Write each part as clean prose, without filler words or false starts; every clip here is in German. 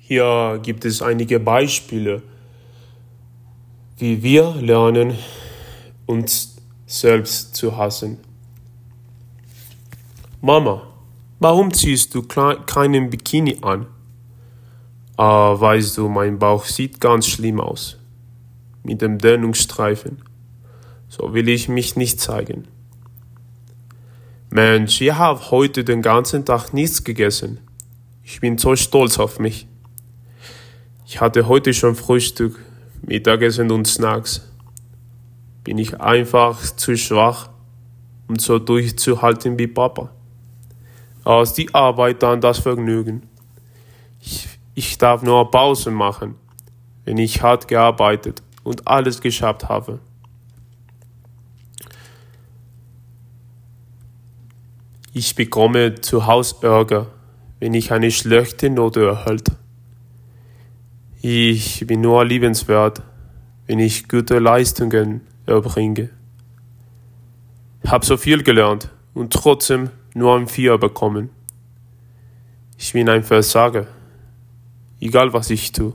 Hier gibt es einige Beispiele, wie wir lernen, uns selbst zu hassen. Mama, warum ziehst du keinen Bikini an? Weißt du, mein Bauch sieht ganz schlimm aus. Mit dem Dehnungsstreifen. So will ich mich nicht zeigen. Mensch, ich habe heute den ganzen Tag nichts gegessen. Ich bin so stolz auf mich. Ich hatte heute schon Frühstück, Mittagessen und Snacks. Bin ich einfach zu schwach, um so durchzuhalten wie Papa. Aus die Arbeit dann das Vergnügen. Ich darf nur Pause machen, wenn ich hart gearbeitet und alles geschafft habe. Ich bekomme zu Hause Ärger, wenn ich eine schlechte Note erhalte. Ich bin nur liebenswert, wenn ich gute Leistungen erbringe. Ich habe so viel gelernt und trotzdem nur ein 4 bekommen. Ich bin ein Versager, egal was ich tue.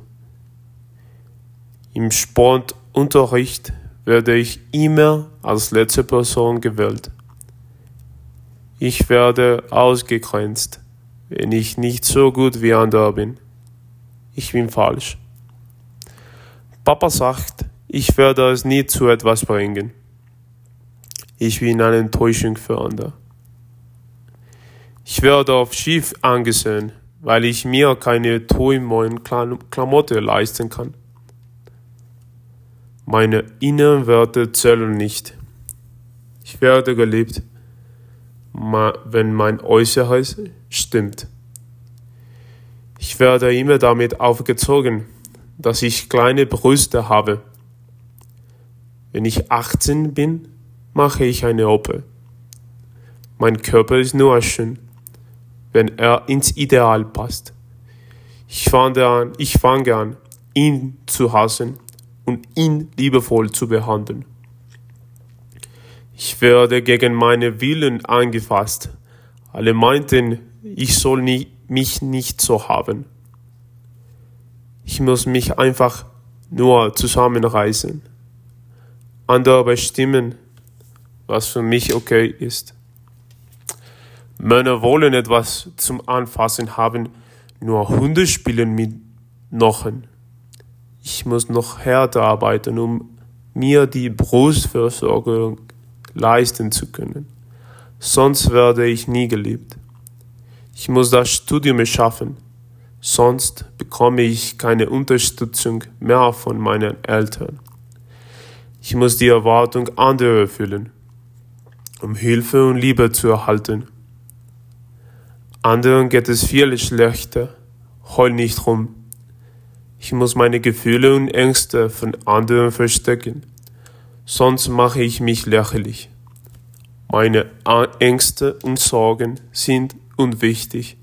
Im Sportunterricht werde ich immer als letzte Person gewählt. Ich werde ausgegrenzt, wenn ich nicht so gut wie andere bin. Ich bin falsch. Papa sagt, ich werde es nie zu etwas bringen. Ich bin eine Enttäuschung für andere. Ich werde auf schief angesehen, weil ich mir keine tollen Klamotten leisten kann. Meine inneren Werte zählen nicht. Ich werde geliebt, wenn mein Äußeres stimmt. Ich werde immer damit aufgezogen, dass ich kleine Brüste habe. Wenn ich 18 bin, mache ich eine OP. Mein Körper ist nur schön, wenn er ins Ideal passt. Ich fange an, ihn zu hassen und ihn liebevoll zu behandeln. Ich werde gegen meine Willen angefasst. Alle meinten, ich soll mich nicht so haben. Ich muss mich einfach nur zusammenreißen. Andere bestimmen, was für mich okay ist. Männer wollen etwas zum Anfassen haben, nur Hunde spielen mit Knochen. Ich muss noch härter arbeiten, um mir die Brustversorgung leisten zu können. Sonst werde ich nie geliebt. Ich muss das Studium schaffen, sonst bekomme ich keine Unterstützung mehr von meinen Eltern. Ich muss die Erwartung anderer erfüllen, um Hilfe und Liebe zu erhalten. Anderen geht es viel schlechter, heul nicht rum. Ich muss meine Gefühle und Ängste von anderen verstecken, sonst mache ich mich lächerlich. Meine Ängste und Sorgen sind unwichtig.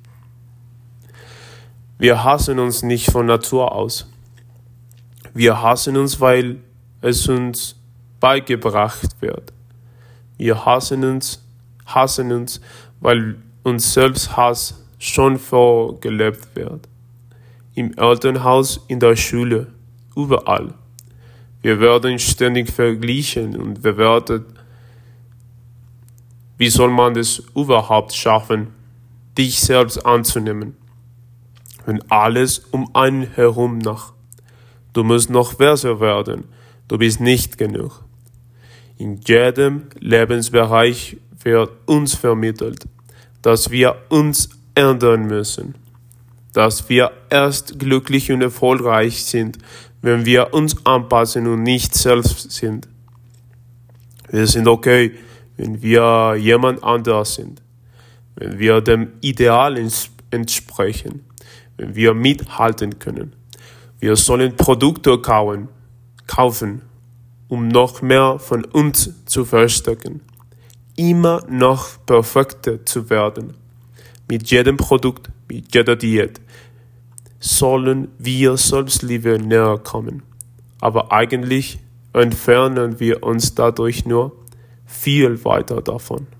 Wir hassen uns nicht von Natur aus. Wir hassen uns, weil es uns beigebracht wird. Wir hassen uns, weil uns Selbsthass schon vorgelebt wird. Im Elternhaus, in der Schule, überall. Wir werden ständig verglichen und bewertet. Wie soll man es überhaupt schaffen, dich selbst anzunehmen, wenn alles um einen herum nach? Du musst noch besser werden, du bist nicht genug. In jedem Lebensbereich wird uns vermittelt, dass wir uns ändern müssen, dass wir erst glücklich und erfolgreich sind, wenn wir uns anpassen und nicht selbst sind. Wir sind okay, wenn wir jemand anders sind, wenn wir dem Ideal entsprechen, wenn wir mithalten können. Wir sollen Produkte kaufen, um noch mehr von uns zu verstecken, immer noch perfekter zu werden. Mit jedem Produkt, mit jeder Diät sollen wir Selbstliebe näher kommen. Aber eigentlich entfernen wir uns dadurch nur viel weiter davon.